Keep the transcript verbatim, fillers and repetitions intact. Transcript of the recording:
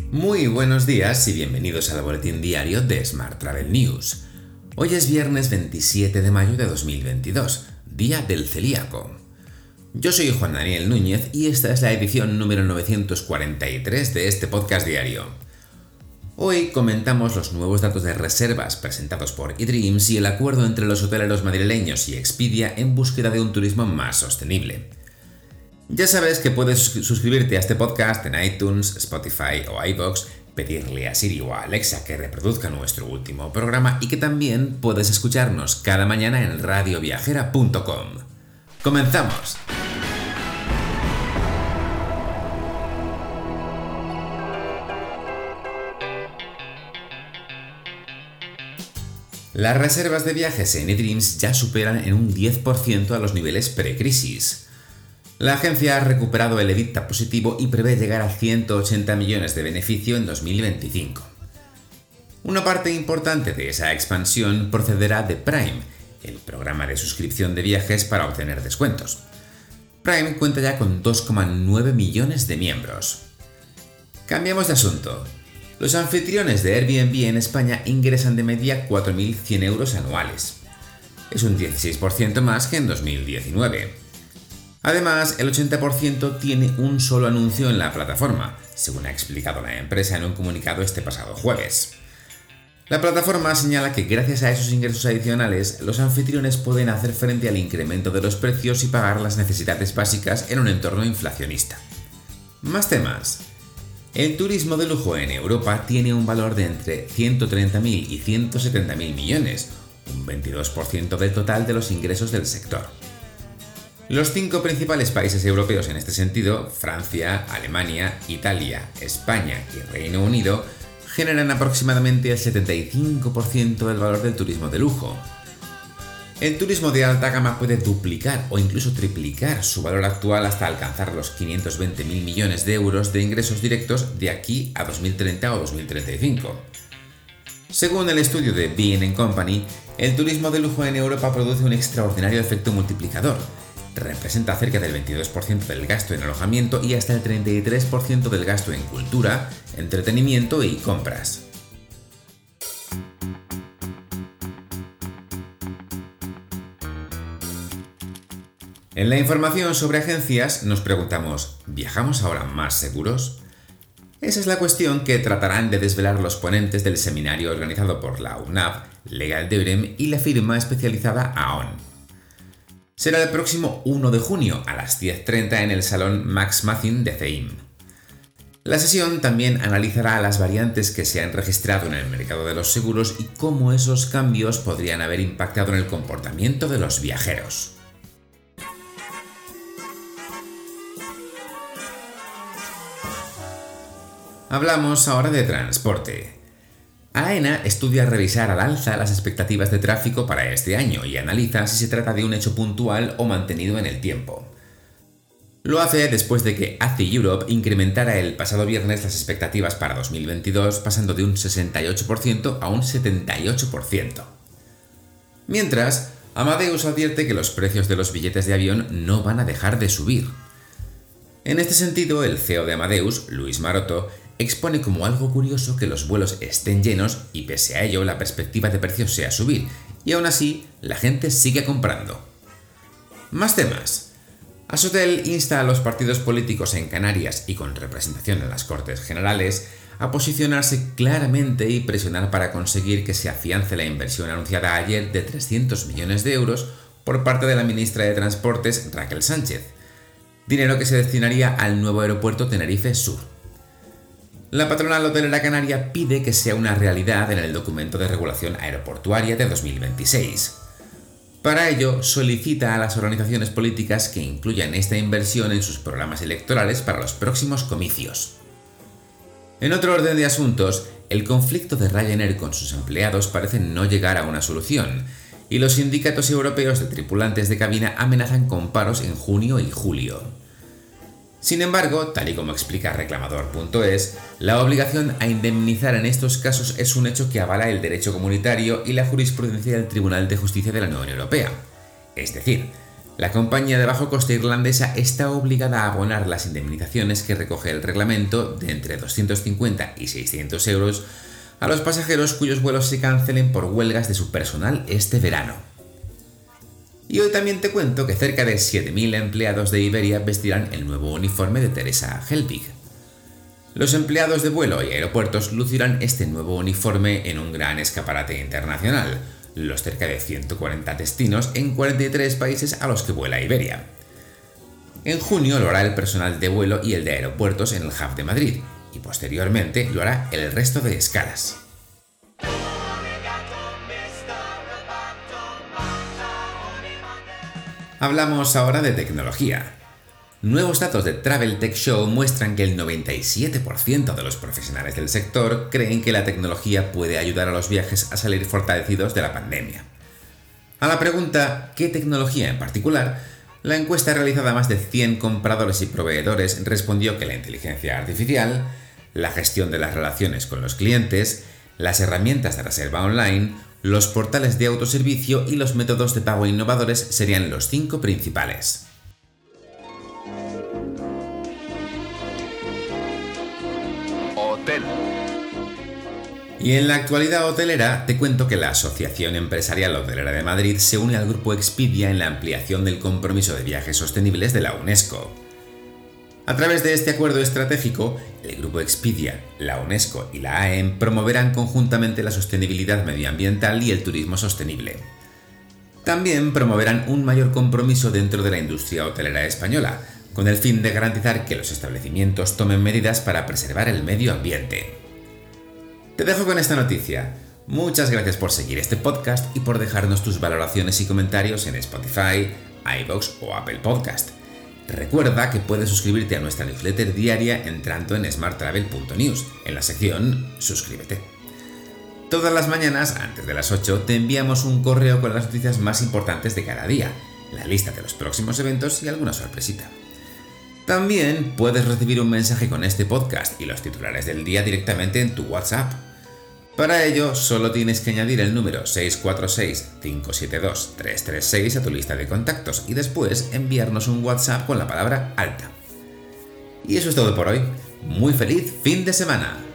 Muy buenos días y bienvenidos al boletín diario de Smart Travel News. Hoy es viernes veintisiete de mayo de dos mil veintidós, Día del Celíaco. Yo soy Juan Daniel Núñez y esta es la edición número novecientos cuarenta y tres de este podcast diario. Hoy comentamos los nuevos datos de reservas presentados por eDreams y el acuerdo entre los hoteleros madrileños y Expedia en búsqueda de un turismo más sostenible. Ya sabes que puedes suscribirte a este podcast en iTunes, Spotify o iVoox, pedirle a Siri o a Alexa que reproduzca nuestro último programa y que también puedes escucharnos cada mañana en radio viajera punto com. ¡Comenzamos! Las reservas de viajes en eDreams ya superan en un diez por ciento a los niveles pre-crisis. La agencia ha recuperado el EBITDA positivo y prevé llegar a ciento ochenta millones de beneficio en dos mil veinticinco. Una parte importante de esa expansión procederá de Prime, el programa de suscripción de viajes para obtener descuentos. Prime cuenta ya con dos coma nueve millones de miembros. Cambiamos de asunto. Los anfitriones de Airbnb en España ingresan de media cuatro mil cien euros anuales. Es un dieciséis por ciento más que en dos mil diecinueve. Además, el ochenta por ciento tiene un solo anuncio en la plataforma, según ha explicado la empresa en un comunicado este pasado jueves. La plataforma señala que gracias a esos ingresos adicionales, los anfitriones pueden hacer frente al incremento de los precios y pagar las necesidades básicas en un entorno inflacionista. Más temas. El turismo de lujo en Europa tiene un valor de entre ciento treinta mil y ciento setenta mil millones, un veintidós por ciento del total de los ingresos del sector. Los cinco principales países europeos en este sentido, Francia, Alemania, Italia, España y Reino Unido, generan aproximadamente el setenta y cinco por ciento del valor del turismo de lujo. El turismo de alta gama puede duplicar o incluso triplicar su valor actual hasta alcanzar los quinientos veinte mil millones de euros de ingresos directos de aquí a dos mil treinta o dos mil treinta y cinco. Según el estudio de Bain and Company, el turismo de lujo en Europa produce un extraordinario efecto multiplicador. Representa cerca del veintidós por ciento del gasto en alojamiento y hasta el treinta y tres por ciento del gasto en cultura, entretenimiento y compras. En la información sobre agencias nos preguntamos, ¿viajamos ahora más seguros? Esa es la cuestión que tratarán de desvelar los ponentes del seminario organizado por la U N A V, Legal Devrem y la firma especializada Aon. Será el próximo uno de junio a las diez treinta en el Salón Max Mathin de C E I M. La sesión también analizará las variantes que se han registrado en el mercado de los seguros y cómo esos cambios podrían haber impactado en el comportamiento de los viajeros. Hablamos ahora de transporte. AENA estudia revisar al alza las expectativas de tráfico para este año y analiza si se trata de un hecho puntual o mantenido en el tiempo. Lo hace después de que A C I Europe incrementara el pasado viernes las expectativas para dos mil veintidós pasando de un sesenta y ocho por ciento a un setenta y ocho por ciento. Mientras, Amadeus advierte que los precios de los billetes de avión no van a dejar de subir. En este sentido, el C E O de Amadeus, Luis Maroto, expone como algo curioso que los vuelos estén llenos y pese a ello la perspectiva de precios sea subir, y aún así la gente sigue comprando. Más temas. Ashotel insta a los partidos políticos en Canarias y con representación en las Cortes Generales a posicionarse claramente y presionar para conseguir que se afiance la inversión anunciada ayer de trescientos millones de euros por parte de la ministra de Transportes, Raquel Sánchez, dinero que se destinaría al nuevo aeropuerto Tenerife Sur. La patronal hotelera canaria pide que sea una realidad en el documento de regulación aeroportuaria de dos mil veintiséis. Para ello, solicita a las organizaciones políticas que incluyan esta inversión en sus programas electorales para los próximos comicios. En otro orden de asuntos, el conflicto de Ryanair con sus empleados parece no llegar a una solución, y los sindicatos europeos de tripulantes de cabina amenazan con paros en junio y julio. Sin embargo, tal y como explica reclamador punto es, la obligación a indemnizar en estos casos es un hecho que avala el derecho comunitario y la jurisprudencia del Tribunal de Justicia de la Unión Europea. Es decir, La compañía de bajo coste irlandesa está obligada a abonar las indemnizaciones que recoge el reglamento de entre doscientos cincuenta y seiscientos euros a los pasajeros cuyos vuelos se cancelen por huelgas de su personal este verano. Y hoy también te cuento que cerca de siete mil empleados de Iberia vestirán el nuevo uniforme de Teresa Helbig. Los empleados de vuelo y aeropuertos lucirán este nuevo uniforme en un gran escaparate internacional, los cerca de ciento cuarenta destinos en cuarenta y tres países a los que vuela Iberia. En junio lo hará el personal de vuelo y el de aeropuertos en el hub de Madrid, y posteriormente lo hará el resto de escalas. Hablamos ahora de tecnología. Nuevos datos de Travel Tech Show muestran que el noventa y siete por ciento de los profesionales del sector creen que la tecnología puede ayudar a los viajes a salir fortalecidos de la pandemia. A la pregunta ¿qué tecnología en particular?, la encuesta realizada a más de cien compradores y proveedores respondió que la inteligencia artificial, la gestión de las relaciones con los clientes, las herramientas de reserva online, los portales de autoservicio y los métodos de pago innovadores serían los cinco principales. Hotel. Y en la actualidad hotelera te cuento que la Asociación Empresarial Hotelera de Madrid se une al Grupo Expedia en la ampliación del compromiso de viajes sostenibles de la UNESCO. A través de este acuerdo estratégico, el Grupo Expedia, la UNESCO y la A E M promoverán conjuntamente la sostenibilidad medioambiental y el turismo sostenible. También promoverán un mayor compromiso dentro de la industria hotelera española, con el fin de garantizar que los establecimientos tomen medidas para preservar el medio ambiente. Te dejo con esta noticia. Muchas gracias por seguir este podcast y por dejarnos tus valoraciones y comentarios en Spotify, iVoox o Apple Podcast. Recuerda que puedes suscribirte a nuestra newsletter diaria entrando en smart travel punto news, en la sección Suscríbete. Todas las mañanas, antes de las ocho, te enviamos un correo con las noticias más importantes de cada día, la lista de los próximos eventos y alguna sorpresita. También puedes recibir un mensaje con este podcast y los titulares del día directamente en tu WhatsApp. Para ello, solo tienes que añadir el número seis cuatro seis, cinco siete dos, tres tres seis a tu lista de contactos y después enviarnos un WhatsApp con la palabra alta. Y eso es todo por hoy. Muy feliz fin de semana.